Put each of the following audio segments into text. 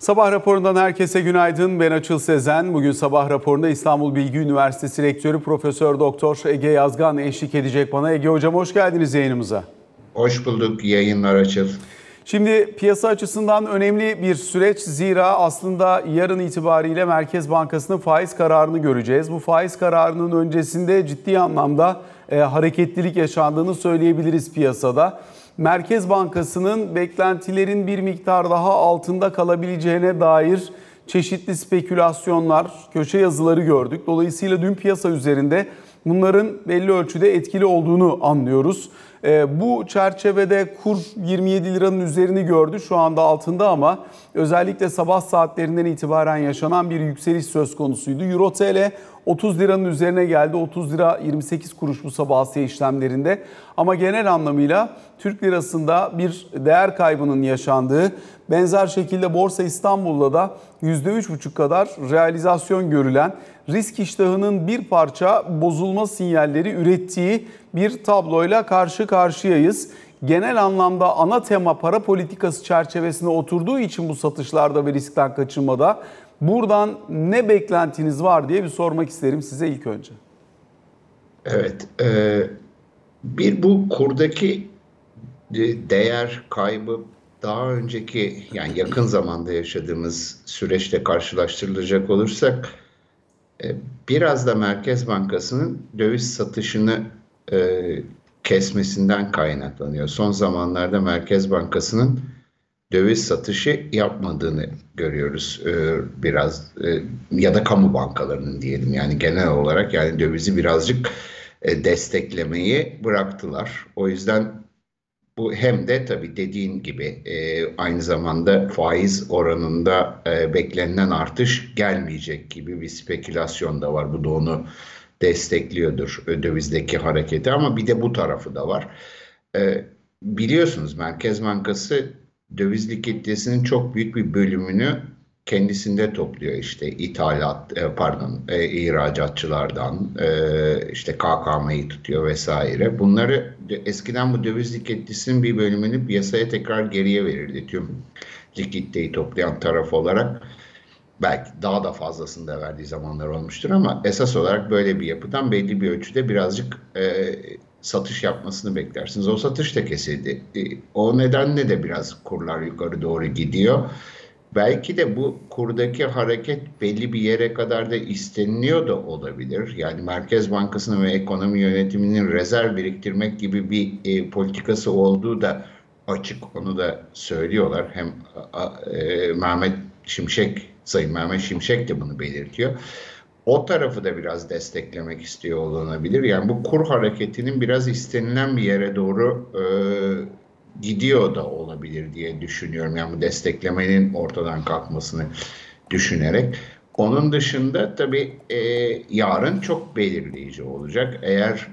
Sabah raporundan herkese günaydın. Ben Açıl Sezen. Bugün sabah raporunda İstanbul Bilgi Üniversitesi Rektörü Profesör Doktor Ege Yazgan eşlik edecek bana. Ege Hocam hoş geldiniz yayınımıza. Hoş bulduk. Yayınlar Açıl. Şimdi piyasa açısından önemli bir süreç. Zira aslında yarın itibariyle Merkez Bankası'nın faiz kararını göreceğiz. Bu faiz kararının öncesinde ciddi anlamda hareketlilik yaşandığını söyleyebiliriz piyasada. Merkez Bankası'nın beklentilerin bir miktar daha altında kalabileceğine dair çeşitli spekülasyonlar, köşe yazıları gördük. Dolayısıyla dün piyasa üzerinde bunların belli ölçüde etkili olduğunu anlıyoruz. Bu çerçevede kur 27 liranın üzerini gördü. Şu anda altında ama özellikle sabah saatlerinden itibaren yaşanan bir yükseliş söz konusuydu. Euro TL 30 liranın üzerine geldi. 30 lira 28 kuruş bu sabah Asya işlemlerinde. Ama genel anlamıyla Türk lirasında bir değer kaybının yaşandığı, benzer şekilde Borsa İstanbul'da da %3,5 kadar realizasyon görülen, risk iştahının bir parça bozulma sinyalleri ürettiği bir tabloyla karşı karşıyayız. Genel anlamda ana tema para politikası çerçevesine oturduğu için bu satışlarda ve riskten kaçınmada buradan ne beklentiniz var diye bir sormak isterim size ilk önce. Evet, bu kurdaki değer kaybı daha önceki yani yakın zamanda yaşadığımız süreçle karşılaştırılacak olursak biraz da Merkez Bankası'nın döviz satışını kesmesinden kaynaklanıyor. Son zamanlarda Merkez Bankası'nın döviz satışı yapmadığını görüyoruz biraz ya da kamu bankalarının diyelim yani genel olarak yani dövizi birazcık desteklemeyi bıraktılar. O yüzden bu hem de tabii dediğin gibi aynı zamanda faiz oranında beklenen artış gelmeyecek gibi bir spekülasyon da var. Bu da onu destekliyordur dövizdeki hareketi ama bir de bu tarafı da var. Biliyorsunuz Merkez Bankası döviz likiditesinin çok büyük bir bölümünü kendisinde topluyor işte ihracatçılardan işte KKM'yi tutuyor vesaire. Bunları eskiden bu döviz likiditesinin bir bölümünü piyasaya tekrar geriye verirdi tüm likiditeyi toplayan taraf olarak. Belki daha da fazlasını da verdiği zamanlar olmuştur ama esas olarak böyle bir yapıdan belli bir ölçüde birazcık satış yapmasını beklersiniz. O satış da kesildi. O nedenle de biraz kurlar yukarı doğru gidiyor. Belki de bu kurdaki hareket belli bir yere kadar da isteniliyor da olabilir. Yani Merkez Bankası'nın ve ekonomi yönetiminin rezerv biriktirmek gibi bir politikası olduğu da açık. Onu da söylüyorlar. Hem Sayın Mehmet Şimşek de bunu belirtiyor. O tarafı da biraz desteklemek istiyor olunabilir. Yani bu kur hareketinin biraz istenilen bir yere doğru gidiyor da olabilir diye düşünüyorum. Yani bu desteklemenin ortadan kalkmasını düşünerek. Onun dışında tabii yarın çok belirleyici olacak. Eğer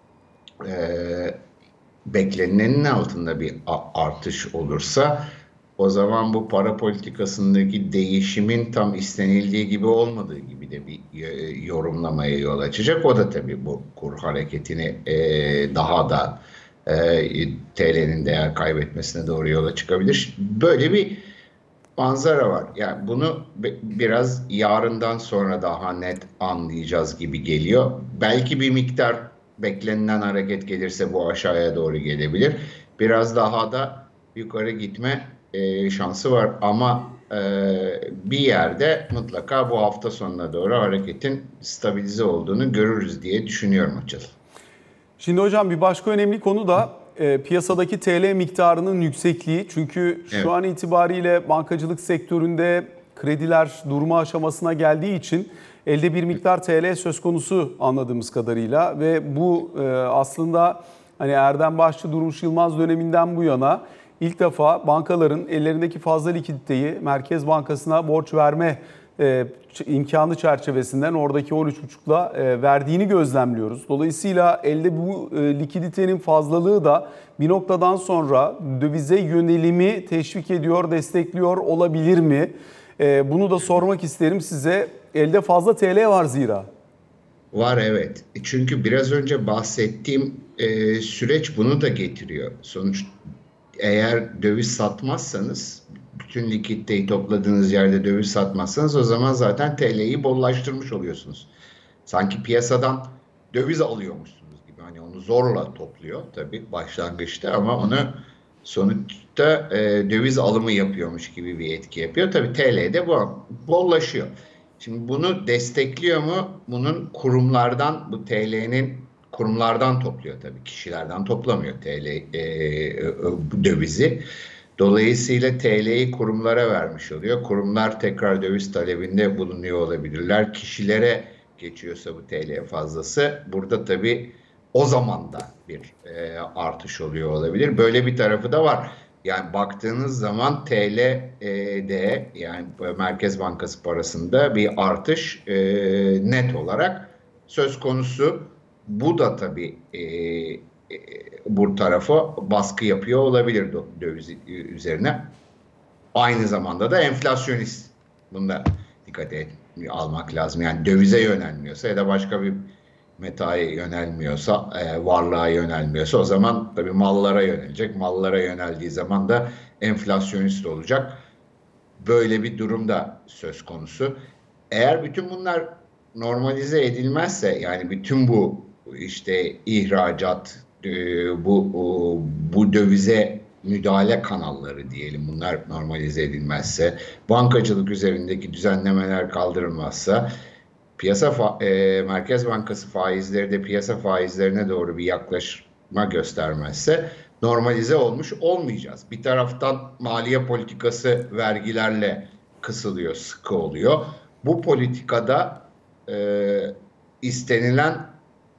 beklenenin altında bir artış olursa o zaman bu para politikasındaki değişimin tam istenildiği gibi olmadığı gibi de bir yorumlamaya yol açacak. O da tabii bu kur hareketini daha da TL'nin değer kaybetmesine doğru yola çıkabilir. Böyle bir manzara var. Yani bunu biraz yarından sonra daha net anlayacağız gibi geliyor. Belki bir miktar beklenilen hareket gelirse bu aşağıya doğru gelebilir. Biraz daha da yukarı gitme şansı var ama bir yerde mutlaka bu hafta sonuna doğru hareketin stabilize olduğunu görürüz diye düşünüyorum Açıl. Şimdi hocam bir başka önemli konu da piyasadaki TL miktarının yüksekliği. Çünkü şu an itibariyle bankacılık sektöründe krediler durma aşamasına geldiği için elde bir miktar TL söz konusu anladığımız kadarıyla. Ve bu aslında hani Erdem Başçı Durmuş Yılmaz döneminden bu yana ilk defa bankaların ellerindeki fazla likiditeyi Merkez Bankası'na borç verme imkanı çerçevesinden oradaki 13,5'la verdiğini gözlemliyoruz. Dolayısıyla elde bu likiditenin fazlalığı da bir noktadan sonra dövize yönelimi teşvik ediyor, destekliyor olabilir mi? Bunu da sormak isterim size. Elde fazla TL var zira. Var evet. Çünkü biraz önce bahsettiğim süreç bunu da getiriyor. Sonuç eğer döviz satmazsanız bütün likiditeyi topladığınız yerde döviz satmazsanız o zaman zaten TL'yi bollaştırmış oluyorsunuz. Sanki piyasadan döviz alıyormuşsunuz gibi. Hani onu zorla topluyor tabii başlangıçta ama onu sonuçta döviz alımı yapıyormuş gibi bir etki yapıyor. Tabii TL'de bu bollaşıyor. Şimdi bunu destekliyor mu? Bunun kurumlardan, bu TL'nin kurumlardan topluyor tabii. Kişilerden toplamıyor TL dövizi. Dolayısıyla TL'yi kurumlara vermiş oluyor. Kurumlar tekrar döviz talebinde bulunuyor olabilirler. Kişilere geçiyorsa bu TL fazlası burada tabii o zaman da bir artış oluyor olabilir. Böyle bir tarafı da var. Yani baktığınız zaman TL'de yani Merkez Bankası parasında bir artış net olarak söz konusu. Bu da tabii bu tarafa baskı yapıyor olabilir döviz üzerine. Aynı zamanda da enflasyonist. Bunu da dikkate almak lazım. Yani dövize yönelmiyorsa ya da başka bir metaya yönelmiyorsa, varlığa yönelmiyorsa o zaman tabii mallara yönelecek. Mallara yöneldiği zaman da enflasyonist olacak. Böyle bir durum da söz konusu. Eğer bütün bunlar normalize edilmezse yani bütün bu işte ihracat, bu dövize müdahale kanalları diyelim bunlar normalize edilmezse, bankacılık üzerindeki düzenlemeler kaldırılmazsa, Merkez Bankası faizleri de piyasa faizlerine doğru bir yaklaşma göstermezse normalize olmuş olmayacağız. Bir taraftan maliye politikası vergilerle kısılıyor, sıkı oluyor. Bu politikada istenilen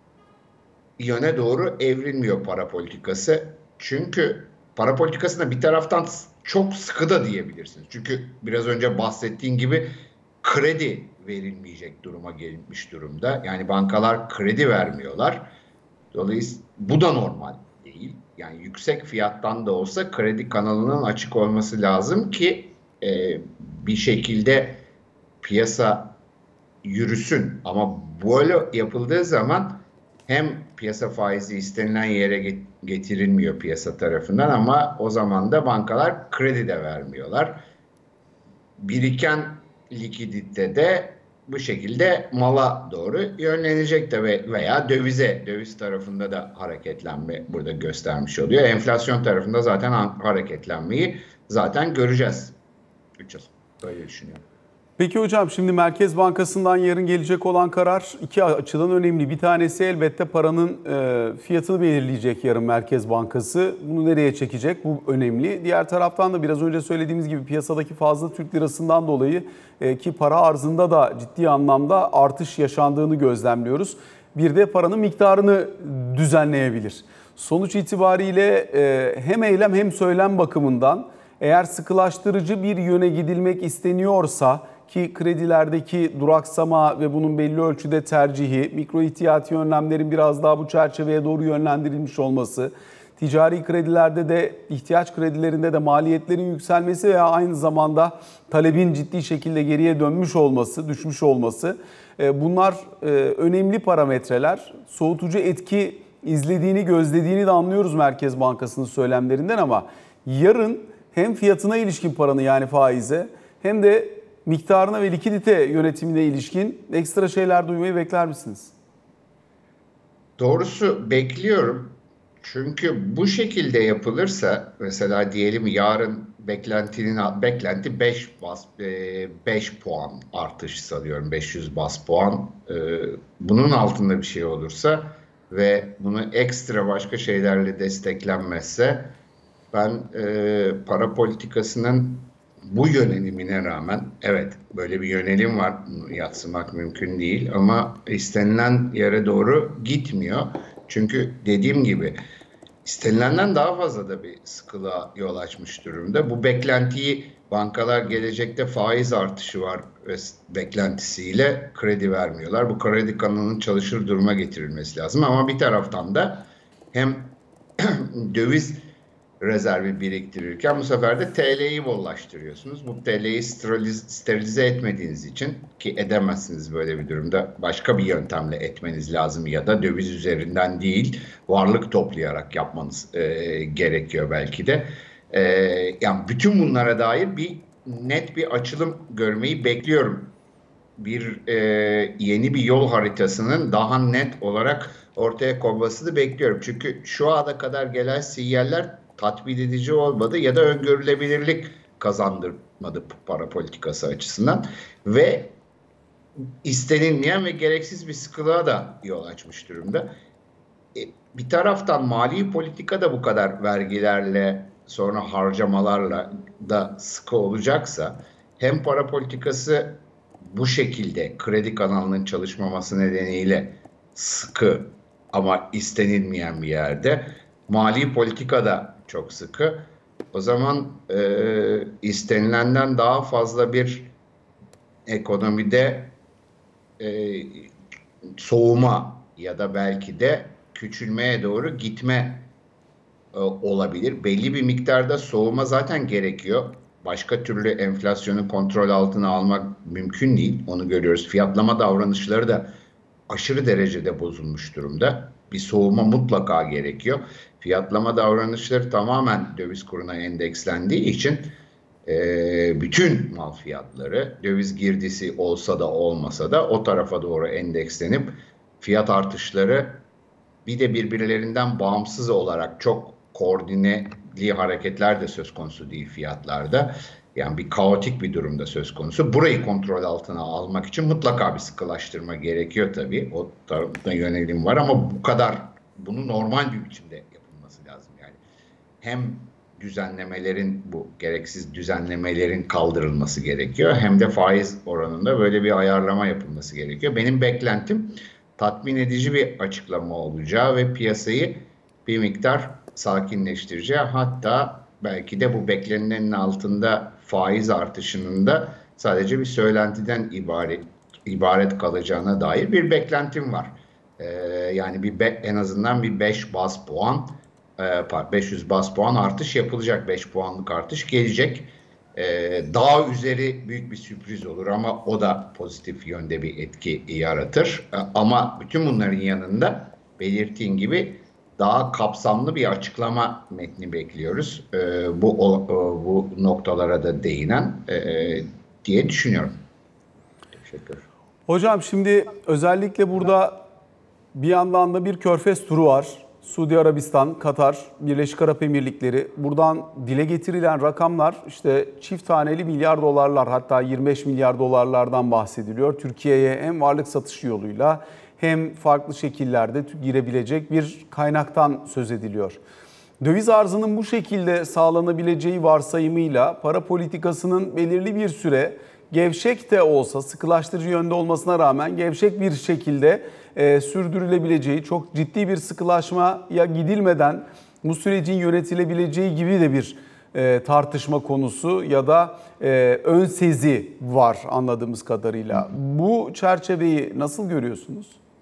yöne doğru evrilmiyor para politikası. Çünkü para politikasına bir taraftan çok sıkı da diyebilirsiniz. Çünkü biraz önce bahsettiğim gibi kredi verilmeyecek duruma gelmiş durumda. Yani bankalar kredi vermiyorlar. Dolayısıyla bu da normal değil. Yani yüksek fiyattan da olsa kredi kanalının açık olması lazım ki bir şekilde piyasa yürüsün. Ama böyle yapıldığı zaman hem piyasa faizi istenilen yere getirilmiyor piyasa tarafından ama o zaman da bankalar kredi de vermiyorlar. Biriken likidite de bu şekilde mala doğru yönlenecek de veya döviz tarafında da hareketlenme burada göstermiş oluyor. Enflasyon tarafında zaten hareketlenmeyi zaten göreceğiz. 3 yıl. Böyle düşünüyorum. Peki hocam şimdi Merkez Bankası'ndan yarın gelecek olan karar iki açıdan önemli. Bir tanesi elbette paranın fiyatını belirleyecek yarın Merkez Bankası. Bunu nereye çekecek? Bu önemli. Diğer taraftan da biraz önce söylediğimiz gibi piyasadaki fazla Türk lirasından dolayı ki para arzında da ciddi anlamda artış yaşandığını gözlemliyoruz. Bir de paranın miktarını düzenleyebilir. Sonuç itibariyle hem eylem hem söylem bakımından eğer sıkılaştırıcı bir yöne gidilmek isteniyorsa ki kredilerdeki duraksama ve bunun belli ölçüde tercihi, mikro ihtiyati önlemlerin biraz daha bu çerçeveye doğru yönlendirilmiş olması, ticari kredilerde de ihtiyaç kredilerinde de maliyetlerin yükselmesi veya aynı zamanda talebin ciddi şekilde geriye dönmüş olması, düşmüş olması bunlar önemli parametreler. Soğutucu etki izlediğini, gözlediğini de anlıyoruz Merkez Bankası'nın söylemlerinden ama yarın hem fiyatına ilişkin paranın yani faize hem de miktarına ve likidite yönetimine ilişkin ekstra şeyler duymayı bekler misiniz? Doğrusu bekliyorum. Çünkü bu şekilde yapılırsa mesela diyelim yarın beklenti 5 puan artış sanıyorum 500 bas puan. Bunun altında bir şey olursa ve bunu ekstra başka şeylerle desteklenmezse ben para politikasının bu yönelimine rağmen evet böyle bir yönelim var. Bunu yadsımak mümkün değil ama istenilen yere doğru gitmiyor. Çünkü dediğim gibi istenilenden daha fazla da bir sıkılığa yol açmış durumda. Bu beklentiyi bankalar gelecekte faiz artışı var beklentisiyle kredi vermiyorlar. Bu kredi kanalının çalışır duruma getirilmesi lazım. Ama bir taraftan da hem döviz rezervi biriktirirken bu sefer de TL'yi bollaştırıyorsunuz. Bu TL'yi sterilize etmediğiniz için ki edemezsiniz böyle bir durumda başka bir yöntemle etmeniz lazım ya da döviz üzerinden değil varlık toplayarak yapmanız gerekiyor belki de. E, Yani bütün bunlara dair net bir açılım görmeyi bekliyorum. Yeni bir yol haritasının daha net olarak ortaya konmasını bekliyorum. Çünkü şu ana kadar gelen sinyaller tatmin edici olmadı ya da öngörülebilirlik kazandırmadı para politikası açısından ve istenilmeyen ve gereksiz bir sıkılığa da yol açmış durumda. Bir taraftan mali politika da bu kadar vergilerle sonra harcamalarla da sıkı olacaksa hem para politikası bu şekilde kredi kanalının çalışmaması nedeniyle sıkı ama istenilmeyen bir yerde mali politika da çok sıkı. O zaman istenilenden daha fazla bir ekonomide e, soğuma ya da belki de küçülmeye doğru gitme olabilir. Belli bir miktarda soğuma zaten gerekiyor. Başka türlü enflasyonu kontrol altına almak mümkün değil. Onu görüyoruz. Fiyatlama davranışları da aşırı derecede bozulmuş durumda. Bir soğuma mutlaka gerekiyor. Fiyatlama davranışları tamamen döviz kuruna endekslendiği için bütün mal fiyatları döviz girdisi olsa da olmasa da o tarafa doğru endekslenip fiyat artışları bir de birbirlerinden bağımsız olarak çok koordineli hareketler de söz konusu değil fiyatlarda. Yani bir kaotik bir durumda söz konusu. Burayı kontrol altına almak için mutlaka bir sıkılaştırma gerekiyor tabii. O tarafta yönelim var ama bunu normal bir biçimde yapılması lazım. Yani hem bu gereksiz düzenlemelerin kaldırılması gerekiyor hem de faiz oranında böyle bir ayarlama yapılması gerekiyor. Benim beklentim tatmin edici bir açıklama olacağı ve piyasayı bir miktar sakinleştireceği, hatta belki de bu beklenenin altında faiz artışının da sadece bir söylentiden ibaret kalacağına dair bir beklentim var. Yani en azından bir 5 baz puan 500 baz puan artış yapılacak, 5 puanlık artış gelecek. Daha üzeri büyük bir sürpriz olur ama o da pozitif yönde bir etki yaratır. Ama bütün bunların yanında belirttiğin gibi daha kapsamlı bir açıklama metni bekliyoruz. Bu noktalara da değinen diye düşünüyorum. Teşekkür. Hocam şimdi özellikle burada bir yandan da bir körfez turu var. Suudi Arabistan, Katar, Birleşik Arap Emirlikleri. Buradan dile getirilen rakamlar işte çift taneli milyar dolarlar, hatta 25 milyar dolarlardan bahsediliyor. Türkiye'ye hem varlık satışı yoluyla hem farklı şekillerde girebilecek bir kaynaktan söz ediliyor. Döviz arzının bu şekilde sağlanabileceği varsayımıyla para politikasının belirli bir süre gevşek de olsa, sıkılaştırıcı yönde olmasına rağmen gevşek bir şekilde sürdürülebileceği, çok ciddi bir sıkılaşmaya gidilmeden bu sürecin yönetilebileceği gibi de bir tartışma konusu ya da ön sezi var anladığımız kadarıyla. Bu çerçeveyi nasıl görüyorsunuz?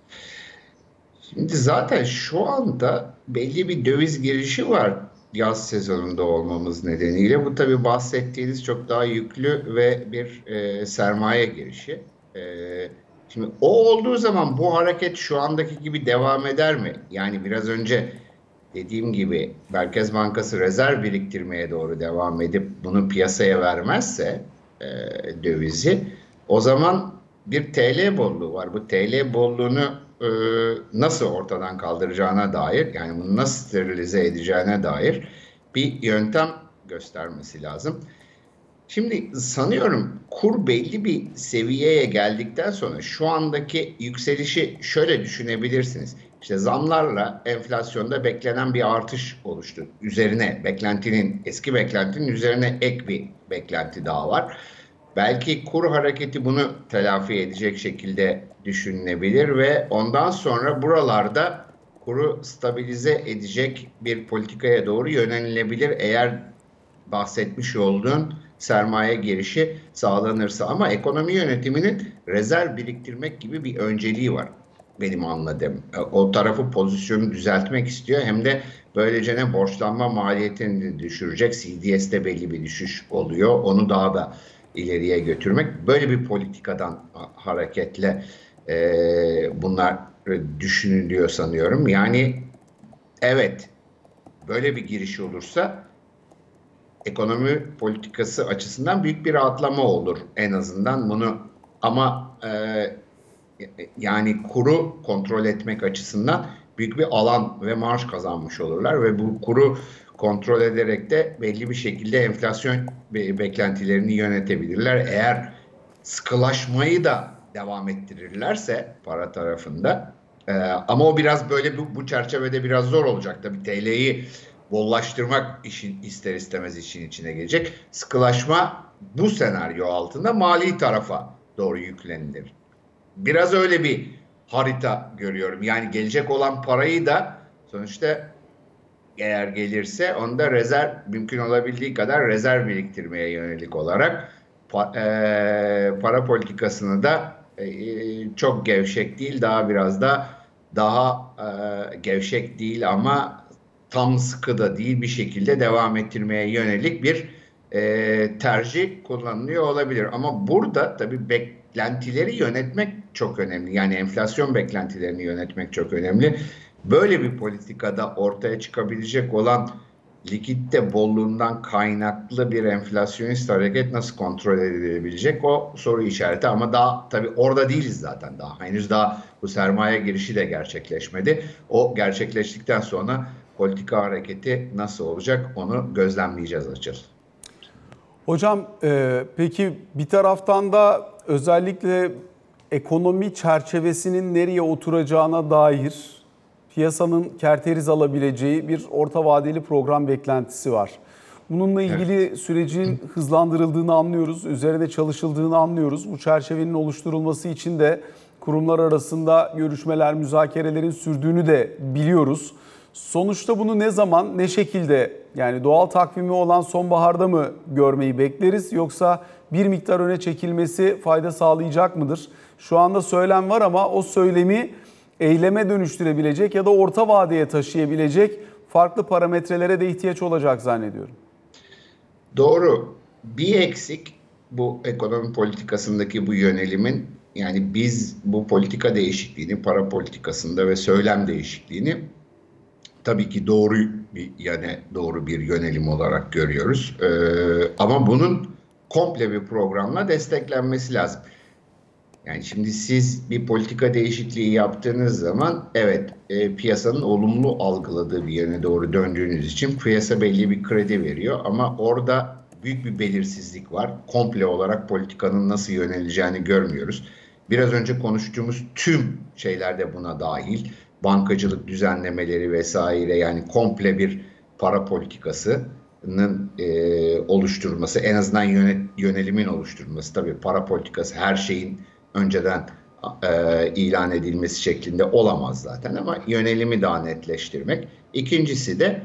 Şimdi zaten şu anda belli bir döviz girişi var yaz sezonunda olmamız nedeniyle. Bu tabii bahsettiğiniz çok daha yüklü ve bir sermaye girişi. E, Şimdi o olduğu zaman bu hareket şu andaki gibi devam eder mi? Yani biraz önce dediğim gibi Merkez Bankası rezerv biriktirmeye doğru devam edip bunu piyasaya vermezse dövizi, o zaman bir TL bolluğu var. Bu TL bolluğunu nasıl ortadan kaldıracağına dair, yani bunu nasıl sterilize edeceğine dair bir yöntem göstermesi lazım. Şimdi sanıyorum kur belli bir seviyeye geldikten sonra şu andaki yükselişi şöyle düşünebilirsiniz. İşte zamlarla enflasyonda beklenen bir artış oluştu. Üzerine eski beklentinin üzerine ek bir beklenti daha var. Belki kur hareketi bunu telafi edecek şekilde düşünülebilir ve ondan sonra buralarda kuru stabilize edecek bir politikaya doğru yönelilebilir eğer bahsetmiş olduğun sermaye girişi sağlanırsa. Ama ekonomi yönetiminin rezerv biriktirmek gibi bir önceliği var benim anladığım. O tarafı, pozisyonu düzeltmek istiyor. Hem de böylece ne borçlanma maliyetini de düşürecek. CDS'te belli bir düşüş oluyor. Onu daha da ileriye götürmek. Böyle bir politikadan hareketle bunlar düşünülüyor sanıyorum. Yani evet, böyle bir giriş olursa ekonomi politikası açısından büyük bir rahatlama olur en azından bunu, ama yani kuru kontrol etmek açısından büyük bir alan ve marj kazanmış olurlar ve bu kuru kontrol ederek de belli bir şekilde enflasyon beklentilerini yönetebilirler. Eğer sıkılaşmayı da devam ettirirlerse para tarafında, ama o biraz böyle bu çerçevede biraz zor olacak. Tabii TL'yi bollaştırmak işin ister istemez işin içine gelecek. Sıkılaşma bu senaryo altında mali tarafa doğru yüklenilir. Biraz öyle bir harita görüyorum. Yani gelecek olan parayı da sonuçta, eğer gelirse onu da rezerv, mümkün olabildiği kadar rezerv biriktirmeye yönelik olarak para politikasını da çok gevşek değil, biraz da daha gevşek değil ama tam sıkı da değil bir şekilde devam ettirmeye yönelik bir tercih kullanılıyor olabilir. Ama burada tabii beklentileri yönetmek çok önemli. Yani enflasyon beklentilerini yönetmek çok önemli. Böyle bir politikada ortaya çıkabilecek olan likitte bolluğundan kaynaklı bir enflasyonist hareket nasıl kontrol edilebilecek, o soru işareti. Ama daha tabii orada değiliz zaten, daha henüz daha bu sermaye girişi de gerçekleşmedi. O gerçekleştikten sonra politika hareketi nasıl olacak onu gözlemleyeceğiz açıkçası. Hocam peki bir taraftan da özellikle ekonomi çerçevesinin nereye oturacağına dair piyasanın kerteriz alabileceği bir orta vadeli program beklentisi var. Bununla ilgili sürecin hızlandırıldığını anlıyoruz, üzerinde çalışıldığını anlıyoruz. Bu çerçevenin oluşturulması için de kurumlar arasında görüşmeler, müzakerelerin sürdüğünü de biliyoruz. Sonuçta bunu ne zaman, ne şekilde, yani doğal takvimi olan sonbaharda mı görmeyi bekleriz, yoksa bir miktar öne çekilmesi fayda sağlayacak mıdır? Şu anda söylem var ama o söylemi eyleme dönüştürebilecek ya da orta vadeye taşıyabilecek farklı parametrelere de ihtiyaç olacak zannediyorum. Doğru. Bir eksik bu ekonomi politikasındaki bu yönelimin, yani biz bu politika değişikliğini, para politikasında ve söylem değişikliğini tabii ki doğru bir yönelim olarak görüyoruz. Ama bunun komple bir programla desteklenmesi lazım. Yani şimdi siz bir politika değişikliği yaptığınız zaman, evet, piyasanın olumlu algıladığı bir yöne doğru döndüğünüz için piyasa belli bir kredi veriyor, ama orada büyük bir belirsizlik var. Komple olarak politikanın nasıl yöneleceğini görmüyoruz. Biraz önce konuştuğumuz tüm şeyler de buna dahil. Bankacılık düzenlemeleri vesaire, yani komple bir para politikasının oluşturulması, en azından yönelimin oluşturulması. Tabii para politikası her şeyin önceden ilan edilmesi şeklinde olamaz zaten, ama yönelimi daha netleştirmek. İkincisi de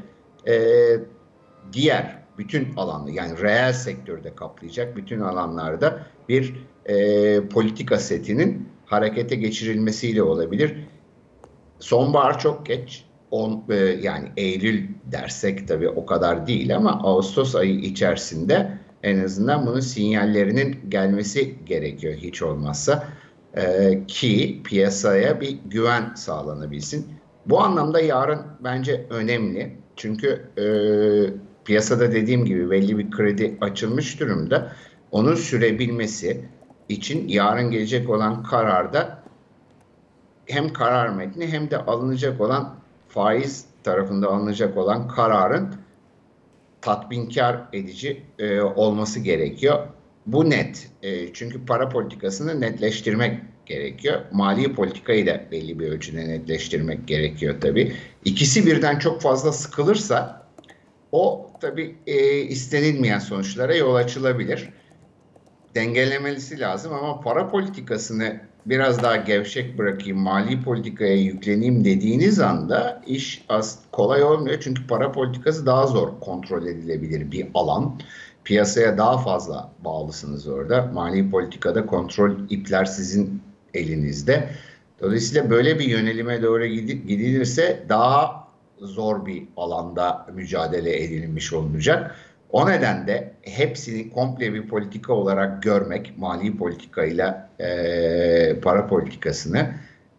diğer bütün alanı, yani reel sektörde kaplayacak bütün alanlarda bir politika setinin harekete geçirilmesiyle olabilir. Sonbahar çok geç. Yani Eylül dersek tabii o kadar değil, ama Ağustos ayı içerisinde en azından bunun sinyallerinin gelmesi gerekiyor hiç olmazsa, ki piyasaya bir güven sağlanabilsin. Bu anlamda yarın bence önemli. Çünkü piyasada dediğim gibi belli bir kredi açılmış durumda. Onun sürebilmesi için yarın gelecek olan kararda hem karar metni hem de alınacak olan faiz tarafında alınacak olan kararın tatminkar edici olması gerekiyor. Bu net. Çünkü para politikasını netleştirmek gerekiyor. Mali politikayı da belli bir ölçüde netleştirmek gerekiyor tabii. İkisi birden çok fazla sıkılırsa o tabii istenilmeyen sonuçlara yol açılabilir. Dengelemesi lazım, ama para politikasını biraz daha gevşek bırakayım, mali politikaya yükleneyim dediğiniz anda iş kolay olmuyor. Çünkü para politikası daha zor kontrol edilebilir bir alan. Piyasaya daha fazla bağlısınız orada. Mali politikada kontrol ipler sizin elinizde. Dolayısıyla böyle bir yönelime doğru gidilirse daha zor bir alanda mücadele edilmiş olacak. O nedenle hepsini komple bir politika olarak görmek, mali politikayla para politikasını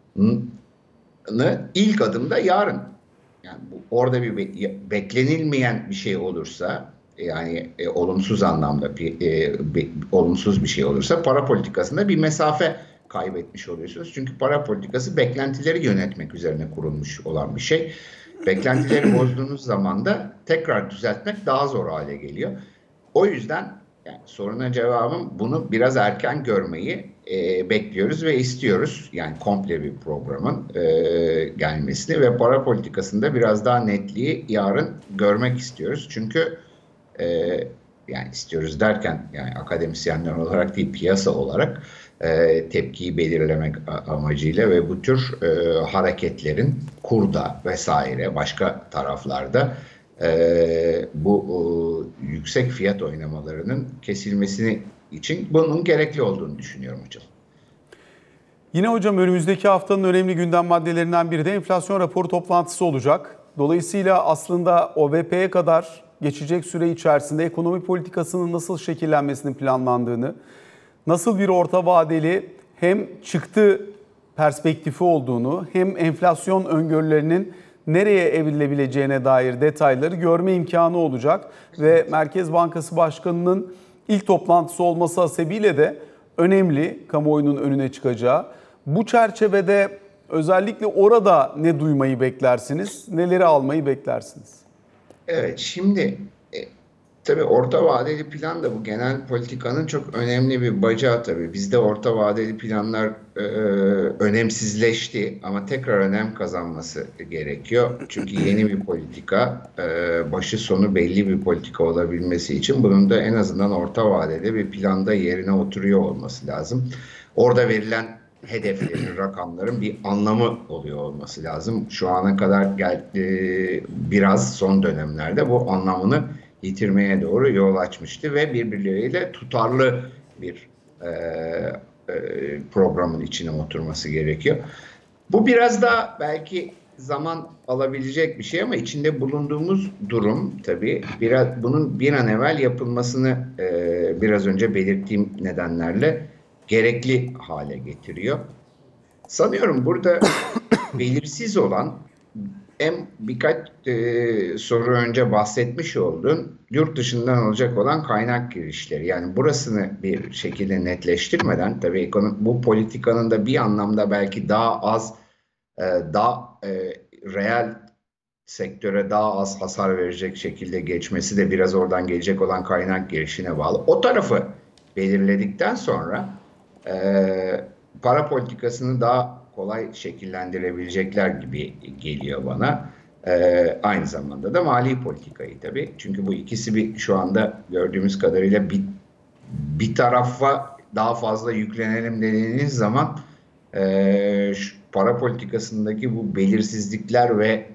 ilk adımda yarın. Yani orada bir beklenilmeyen bir şey olursa, yani olumsuz anlamda olumsuz bir şey olursa para politikasında bir mesafe kaybetmiş oluyorsunuz. Çünkü para politikası beklentileri yönetmek üzerine kurulmuş olan bir şey. Beklentileri bozduğunuz zaman da tekrar düzeltmek daha zor hale geliyor. O yüzden yani soruna cevabım bunu biraz erken görmeyi bekliyoruz ve istiyoruz. Yani komple bir programın gelmesini ve para politikasında biraz daha netliği yarın görmek istiyoruz. Çünkü e, yani istiyoruz derken yani akademisyenler olarak değil piyasa olarak tepkiyi belirlemek amacıyla ve bu tür hareketlerin kurda vesaire başka taraflarda bu yüksek fiyat oynamalarının kesilmesini için bunun gerekli olduğunu düşünüyorum hocam. Yine hocam önümüzdeki haftanın önemli gündem maddelerinden biri de enflasyon raporu toplantısı olacak. Dolayısıyla aslında OVP'ye kadar geçecek süre içerisinde ekonomi politikasının nasıl şekillenmesinin planlandığını, nasıl bir orta vadeli hem çıktı perspektifi olduğunu hem enflasyon öngörülerinin nereye evrilebileceğine dair detayları görme imkanı olacak. Ve Merkez Bankası Başkanı'nın ilk toplantısı olması hasebiyle de önemli kamuoyunun önüne çıkacağı. Bu çerçevede özellikle orada ne duymayı beklersiniz, neleri almayı beklersiniz? Evet, şimdi tabii orta vadeli plan da bu genel politikanın çok önemli bir bacağı tabii. Bizde orta vadeli planlar önemsizleşti ama tekrar önem kazanması gerekiyor. Çünkü yeni bir politika, başı sonu belli bir politika olabilmesi için bunun da en azından orta vadede bir planda yerine oturuyor olması lazım. Orada verilen hedeflerin, rakamların bir anlamı oluyor olması lazım. Şu ana kadar biraz son dönemlerde bu anlamını yitirmeye doğru yol açmıştı ve birbirleriyle tutarlı bir programın içine oturması gerekiyor. Bu biraz daha belki zaman alabilecek bir şey ama içinde bulunduğumuz durum tabii biraz bunun bir an evvel yapılmasını biraz önce belirttiğim nedenlerle gerekli hale getiriyor. Sanıyorum burada belirsiz olan birkaç soru önce bahsetmiş oldun. Yurt dışından olacak olan kaynak girişleri. Yani burasını bir şekilde netleştirmeden tabii bu politikanın da bir anlamda belki daha az daha reel sektöre daha az hasar verecek şekilde geçmesi de biraz oradan gelecek olan kaynak girişine bağlı. O tarafı belirledikten sonra para politikasını daha kolay şekillendirebilecekler gibi geliyor bana. Aynı zamanda da mali politikayı tabii. Çünkü bu ikisi şu anda gördüğümüz kadarıyla bir tarafa daha fazla yüklenelim dediğiniz zaman para politikasındaki bu belirsizlikler ve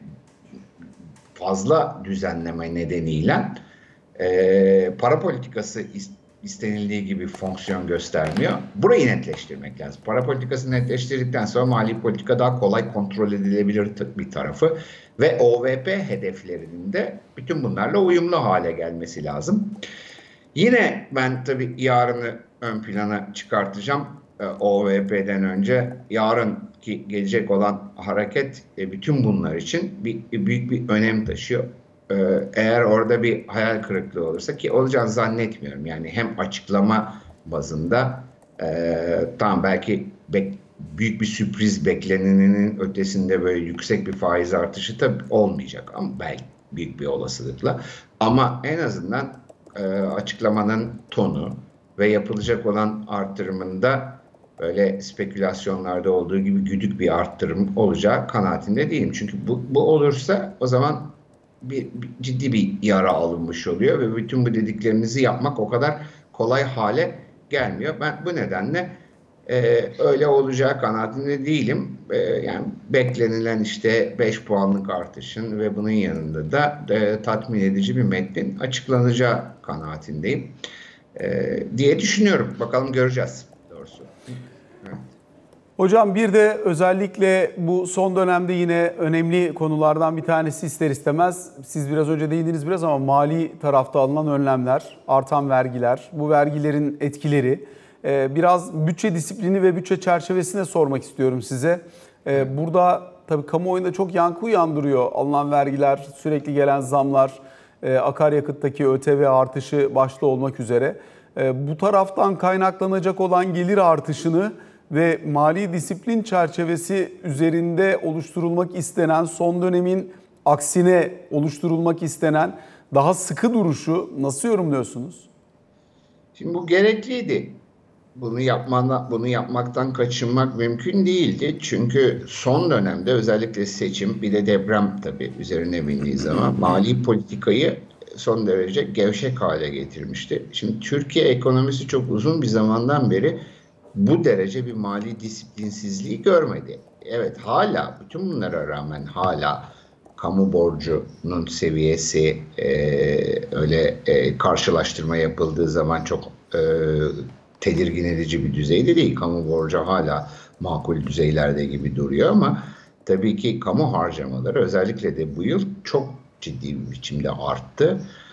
fazla düzenleme nedeniyle para politikası istenildiği gibi fonksiyon göstermiyor. Burayı netleştirmek lazım. Para politikasını netleştirdikten sonra mali politika daha kolay kontrol edilebilir bir tarafı ve OVP hedeflerinin de bütün bunlarla uyumlu hale gelmesi lazım. Yine ben tabii yarını ön plana çıkartacağım. OVP'den önce yarınki gelecek olan hareket bütün bunlar için büyük bir önem taşıyor. Eğer orada bir hayal kırıklığı olursa ki olacağını zannetmiyorum. Yani hem açıklama bazında tamam belki büyük bir sürpriz beklenenin ötesinde böyle yüksek bir faiz artışı tabii olmayacak ama belki büyük bir olasılıkla. Ama en azından açıklamanın tonu ve yapılacak olan artırımında böyle spekülasyonlarda olduğu gibi güdük bir arttırım olacağı kanaatinde değilim. Çünkü bu olursa o zaman ciddi bir yara alınmış oluyor ve bütün bu dediklerinizi yapmak o kadar kolay hale gelmiyor. Ben bu nedenle öyle olacağı kanaatinde değilim. Yani beklenilen işte 5 puanlık artışın ve bunun yanında da tatmin edici bir metnin açıklanacağı kanaatindeyim diye düşünüyorum. Bakalım göreceğiz doğrusu. Evet. Hocam bir de özellikle bu son dönemde yine önemli konulardan bir tanesi ister istemez. Siz biraz önce değindiniz biraz ama mali tarafta alınan önlemler, artan vergiler, bu vergilerin etkileri. Biraz bütçe disiplini ve bütçe çerçevesine sormak istiyorum size. Burada tabii kamuoyunda çok yankı uyandırıyor alınan vergiler, sürekli gelen zamlar. akaryakıttaki ÖTV artışı başta olmak üzere. Bu taraftan kaynaklanacak olan gelir artışını ve mali disiplin çerçevesi üzerinde oluşturulmak istenen, son dönemin aksine oluşturulmak istenen daha sıkı duruşu nasıl yorumluyorsunuz? Şimdi bu gerekliydi. Bunu yapmaktan kaçınmak mümkün değildi. Çünkü son dönemde özellikle seçim, bir de deprem tabii üzerine bindiği zaman mali politikayı son derece gevşek hale getirmişti. Şimdi Türkiye ekonomisi çok uzun bir zamandan beri bu derece bir mali disiplinsizliği görmedi. Evet, hala bütün bunlara rağmen hala kamu borcunun seviyesi karşılaştırma yapıldığı zaman çok tedirgin edici bir düzeyde değil. Kamu borcu hala makul düzeylerde gibi duruyor ama tabii ki kamu harcamaları özellikle de bu yıl çok ciddi bir biçimde arttı.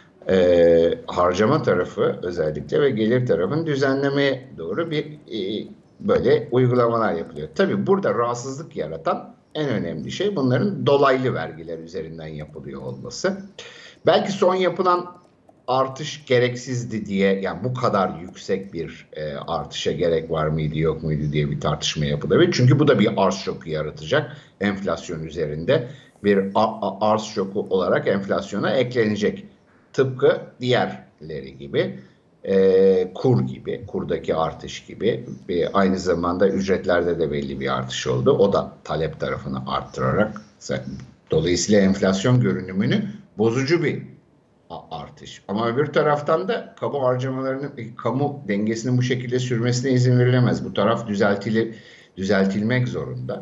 Harcama tarafı özellikle ve gelir tarafını düzenlemeye doğru böyle uygulamalar yapılıyor. Tabii burada rahatsızlık yaratan en önemli şey bunların dolaylı vergiler üzerinden yapılıyor olması. Belki son yapılan artış gereksizdi diye, yani bu kadar yüksek bir artışa gerek var mıydı yok muydu diye bir tartışma yapılabilir. Çünkü bu da bir arz şoku yaratacak enflasyon üzerinde. Bir arz şoku olarak enflasyona eklenecek. Tıpkı diğerleri gibi, kur gibi, kurdaki artış gibi. Aynı zamanda ücretlerde de belli bir artış oldu. O da talep tarafını arttırarak, dolayısıyla enflasyon görünümünü bozucu bir artış. Ama öbür taraftan da kamu harcamalarının, kamu dengesinin bu şekilde sürmesine izin verilemez. Bu taraf düzeltilmek zorunda.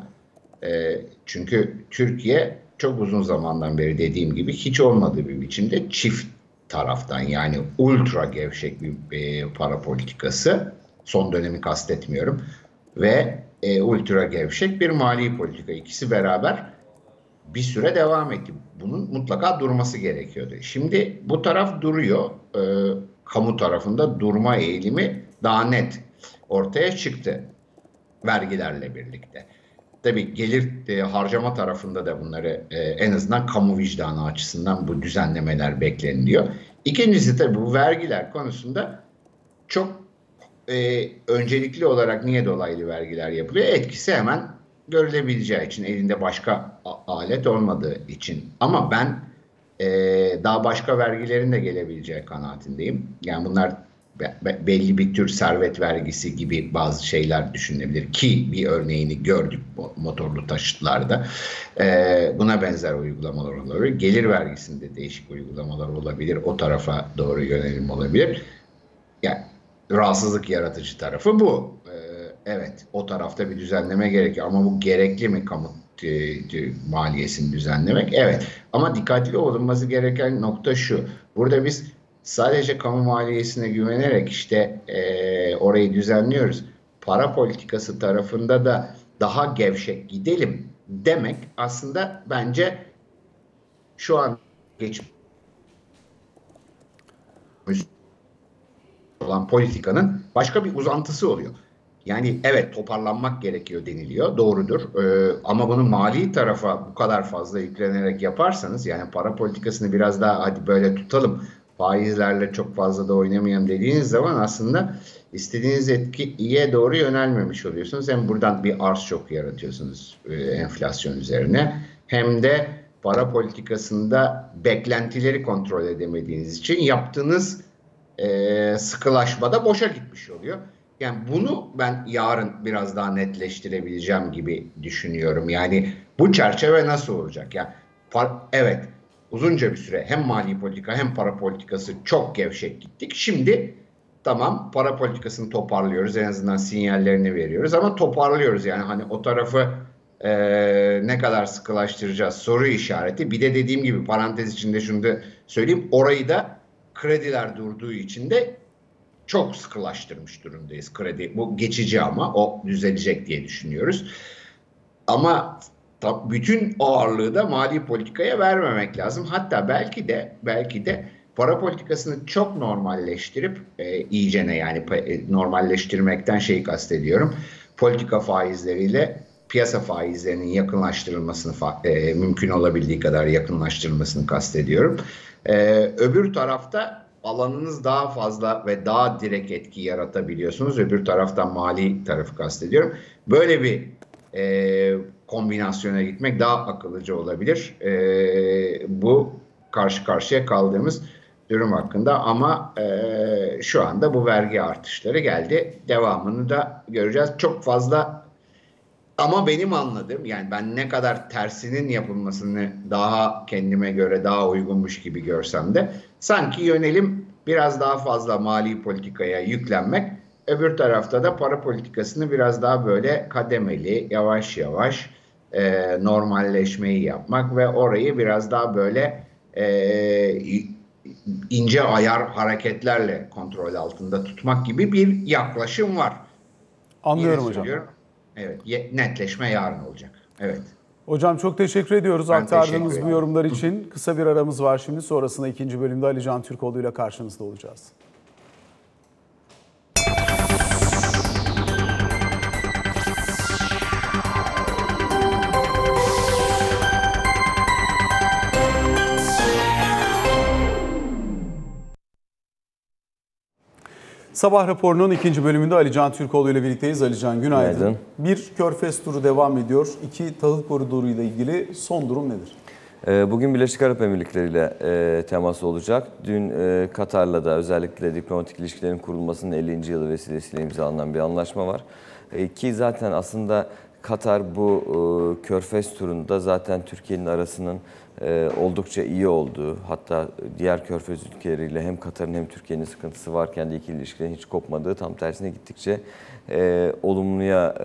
Çünkü Türkiye çok uzun zamandan beri, dediğim gibi, hiç olmadığı bir biçimde çift taraftan, yani ultra gevşek bir para politikası, son dönemi kastetmiyorum, ve ultra gevşek bir mali politika, ikisi beraber bir süre devam etti. Bunun mutlaka durması gerekiyordu. Şimdi bu taraf duruyor. Kamu tarafında durma eğilimi daha net ortaya çıktı vergilerle birlikte. Tabii gelir harcama tarafında da bunları en azından kamu vicdanı açısından bu düzenlemeler bekleniliyor. İkincisi, tabii bu vergiler konusunda çok öncelikli olarak niye dolaylı vergiler yapılıyor? Etkisi hemen görülebileceği için, elinde başka alet olmadığı için. Ama ben daha başka vergilerin de gelebileceği kanaatindeyim. Yani bunlar belli bir tür servet vergisi gibi bazı şeyler düşünülebilir ki bir örneğini gördük motorlu taşıtlarda. Buna benzer uygulamalar olabilir. Gelir vergisinde değişik uygulamalar olabilir. O tarafa doğru yönelim olabilir. Yani rahatsızlık yaratıcı tarafı bu. Evet, o tarafta bir düzenleme gerekiyor ama bu gerekli mi, kamu maliyesini düzenlemek? Evet, ama dikkatli olunması gereken nokta şu: burada biz sadece kamu maliyesine güvenerek orayı düzenliyoruz, para politikası tarafında da daha gevşek gidelim demek aslında bence şu an geçmiş olan politikanın başka bir uzantısı oluyor. Yani evet, toparlanmak gerekiyor deniliyor, doğrudur. Ama bunu mali tarafa bu kadar fazla yüklenerek yaparsanız, yani para politikasını biraz daha hadi böyle tutalım, faizlerle çok fazla da oynamayalım dediğiniz zaman aslında istediğiniz etkiye doğru yönelmemiş oluyorsunuz. Hem buradan bir arz şoku yaratıyorsunuz enflasyon üzerine, hem de para politikasında beklentileri kontrol edemediğiniz için yaptığınız sıkılaşmada boşa gitmiş oluyor. Yani bunu ben yarın biraz daha netleştirebileceğim gibi düşünüyorum. Yani bu çerçeve nasıl olacak? Yani evet, uzunca bir süre hem mali politika hem para politikası çok gevşek gittik. Şimdi tamam, para politikasını toparlıyoruz, en azından sinyallerini veriyoruz ama toparlıyoruz. Yani hani o tarafı ne kadar sıkılaştıracağız soru işareti. Bir de dediğim gibi, parantez içinde şunu da söyleyeyim, orayı da krediler durduğu için de çok sıkılaştırmış durumdayız kredi. Bu geçici ama o düzelecek diye düşünüyoruz. Ama bütün ağırlığı da mali politikaya vermemek lazım. Hatta belki de para politikasını çok normalleştirip iyicene, yani normalleştirmekten şeyi kastediyorum, politika faizleriyle piyasa faizlerinin yakınlaştırılmasını, mümkün olabildiği kadar yakınlaştırılmasını kastediyorum. Öbür tarafta alanınız daha fazla ve daha direkt etki yaratabiliyorsunuz. Öbür taraftan mali tarafı kastediyorum. Böyle bir kombinasyona gitmek daha akıllıca olabilir. Bu karşı karşıya kaldığımız durum hakkında ama şu anda bu vergi artışları geldi. Devamını da göreceğiz. Çok fazla ama benim anladığım, yani ben ne kadar tersinin yapılmasını daha kendime göre daha uygunmuş gibi görsem de sanki yönelim biraz daha fazla mali politikaya yüklenmek. Öbür tarafta da para politikasını biraz daha böyle kademeli, yavaş yavaş normalleşmeyi yapmak ve orayı biraz daha böyle ince ayar hareketlerle kontrol altında tutmak gibi bir yaklaşım var. Yine Anlıyorum hocam. söylüyorum. Evet, netleşme yarın olacak. Evet. Hocam çok teşekkür ediyoruz Ben aktardığınız teşekkür bu ederim. yorumlar için. Kısa bir aramız var şimdi. Sonrasında ikinci bölümde Ali Can Türkoğlu ile karşınızda olacağız. Sabah raporunun ikinci bölümünde Ali Can Türkoğlu ile birlikteyiz. Ali Can günaydın. Günaydın. Bir Körfez turu devam ediyor. İki tahıl koridoru ile ilgili son durum nedir? Bugün Birleşik Arap Emirlikleri ile temas olacak. Dün Katar'la da özellikle diplomatik ilişkilerin kurulmasının 50. yılı vesilesiyle imzalanan bir anlaşma var. Ki zaten aslında Katar bu Körfez turunda zaten Türkiye'nin arasının oldukça iyi olduğu, hatta diğer Körfez ülkeleriyle hem Katar'ın hem Türkiye'nin sıkıntısı varken de ikili ilişkilerin hiç kopmadığı, tam tersine gittikçe olumluya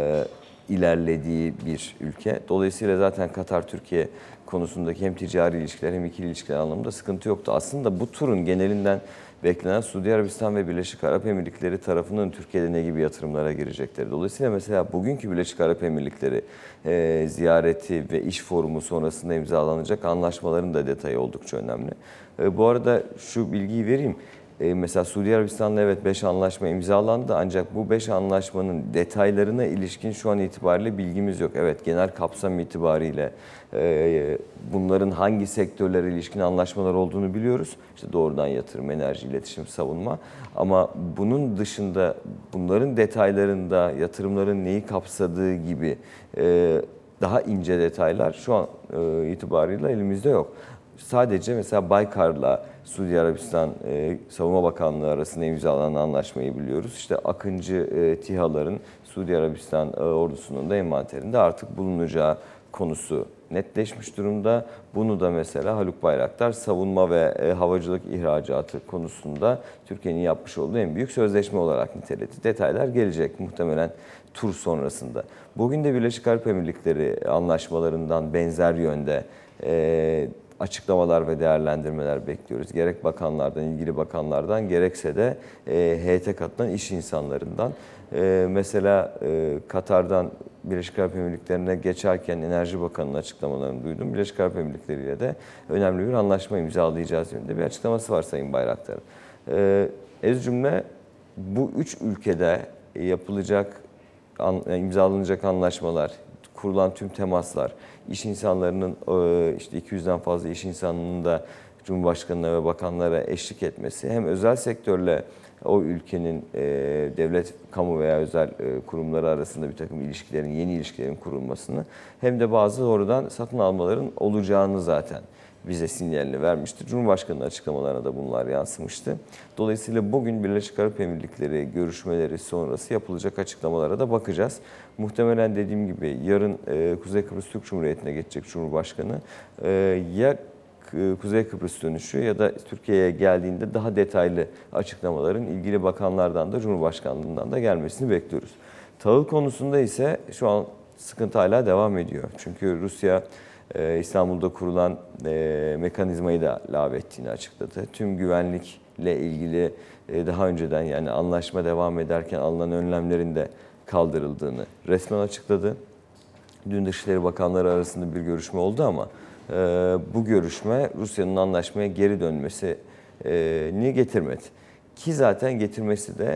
ilerlediği bir ülke. Dolayısıyla zaten Katar-Türkiye konusundaki hem ticari ilişkiler hem ikili ilişkiler anlamında sıkıntı yoktu. Aslında bu turun genelinden beklenen Suudi Arabistan ve Birleşik Arap Emirlikleri tarafının Türkiye'de ne gibi yatırımlara girecekleri. Dolayısıyla mesela bugünkü Birleşik Arap Emirlikleri ziyareti ve iş forumu sonrasında imzalanacak anlaşmaların da detayı oldukça önemli. Bu arada şu bilgiyi vereyim. Mesela Suudi Arabistan'la evet 5 anlaşma imzalandı, ancak bu 5 anlaşmanın detaylarına ilişkin şu an itibariyle bilgimiz yok. Evet, genel kapsam itibariyle bunların hangi sektörlere ilişkin anlaşmalar olduğunu biliyoruz. İşte doğrudan yatırım, enerji, iletişim, savunma. Ama bunun dışında bunların detaylarında yatırımların neyi kapsadığı gibi daha ince detaylar şu an itibariyle elimizde yok. Sadece mesela Baykar'la Suudi Arabistan Savunma Bakanlığı arasında imzalanan anlaşmayı biliyoruz. İşte Akıncı TİHA'ların Suudi Arabistan ordusunun da envanterinde artık bulunacağı konusu netleşmiş durumda. Bunu da mesela Haluk Bayraktar savunma ve havacılık ihracatı konusunda Türkiye'nin yapmış olduğu en büyük sözleşme olarak niteledi. Detaylar gelecek muhtemelen tur sonrasında. Bugün de Birleşik Arap Emirlikleri anlaşmalarından benzer yönde açıklamalar ve değerlendirmeler bekliyoruz. Gerek bakanlardan, ilgili bakanlardan, gerekse de heyete katılan iş insanlarından. Mesela Katar'dan Birleşik Arap Emirlikleri'ne geçerken Enerji Bakanı'nın açıklamalarını duydum. Birleşik Arap Emirlikleri ile de önemli bir anlaşma imzalayacağız yönünde bir açıklaması var Sayın Bayraktar'ın. Ez cümle bu üç ülkede yapılacak, imzalanacak anlaşmalar, kurulan tüm temaslar, iş insanlarının işte 200'den fazla iş insanının da Cumhurbaşkanı'na ve bakanlara eşlik etmesi, hem özel sektörle o ülkenin devlet, kamu veya özel kurumları arasında bir takım ilişkilerin, yeni ilişkilerin kurulmasını, hem de bazı doğrudan satın almaların olacağını zaten bize sinyalini vermişti. Cumhurbaşkanı'nın açıklamalarına da bunlar yansımıştı. Dolayısıyla bugün Birleşik Arap Emirlikleri görüşmeleri sonrası yapılacak açıklamalara da bakacağız. Muhtemelen dediğim gibi yarın Kuzey Kıbrıs Türk Cumhuriyeti'ne geçecek Cumhurbaşkanı. Ya Kuzey Kıbrıs dönüşü ya da Türkiye'ye geldiğinde daha detaylı açıklamaların ilgili bakanlardan da Cumhurbaşkanlığından da gelmesini bekliyoruz. Tahıl konusunda ise şu an sıkıntı hala devam ediyor. Çünkü Rusya İstanbul'da kurulan mekanizmayı da lağvettiğini açıkladı. Tüm güvenlikle ilgili daha önceden, yani anlaşma devam ederken alınan önlemlerin de kaldırıldığını resmen açıkladı. Dün Dışişleri Bakanları arasında bir görüşme oldu ama bu görüşme Rusya'nın anlaşmaya geri dönmesini getirmedi. Ki zaten getirmesi de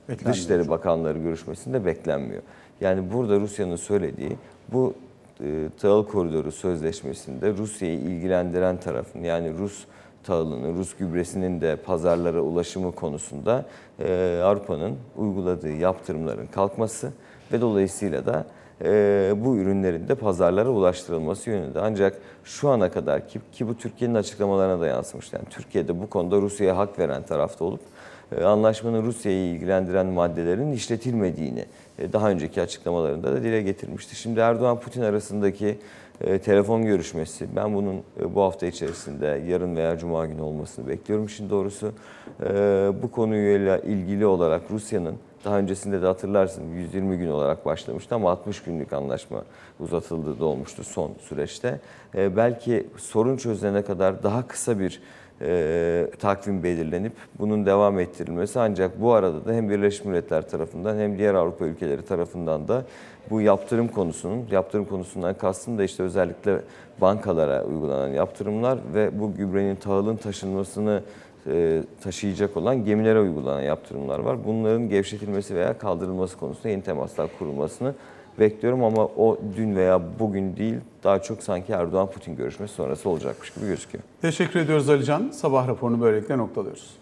Beklenmiyor Dışişleri hocam. Bakanları görüşmesinde beklenmiyor. Yani burada Rusya'nın söylediği bu tahıl koridoru sözleşmesinde Rusya'yı ilgilendiren tarafın, yani Rus tahılının, Rus gübresinin de pazarlara ulaşımı konusunda Avrupa'nın uyguladığı yaptırımların kalkması ve dolayısıyla da bu ürünlerin de pazarlara ulaştırılması yönünde. Ancak şu ana kadar ki bu Türkiye'nin açıklamalarına da yansımıştı. Yani Türkiye'de bu konuda Rusya'ya hak veren tarafta olup anlaşmanın Rusya'yı ilgilendiren maddelerin işletilmediğini daha önceki açıklamalarında da dile getirmişti. Şimdi Erdoğan-Putin arasındaki telefon görüşmesi, ben bunun bu hafta içerisinde yarın veya cuma günü olmasını bekliyorum işin doğrusu. Bu konuyla ilgili olarak Rusya'nın daha öncesinde de hatırlarsın 120 gün olarak başlamıştı ama 60 günlük anlaşma uzatıldığı da olmuştu son süreçte. Belki sorun çözülene kadar daha kısa bir takvim belirlenip bunun devam ettirilmesi, ancak bu arada da hem Birleşmiş Milletler tarafından hem diğer Avrupa ülkeleri tarafından da bu yaptırım konusundan kastım da işte özellikle bankalara uygulanan yaptırımlar ve bu gübrenin, tahılın taşınmasını taşıyacak olan gemilere uygulanan yaptırımlar var. Bunların gevşetilmesi veya kaldırılması konusunda yeni temaslar kurulmasını bekliyorum ama o dün veya bugün değil, daha çok sanki Erdoğan-Putin görüşmesi sonrası olacakmış gibi gözüküyor. Teşekkür ediyoruz Alican. Sabah raporunu böylelikle noktalıyoruz.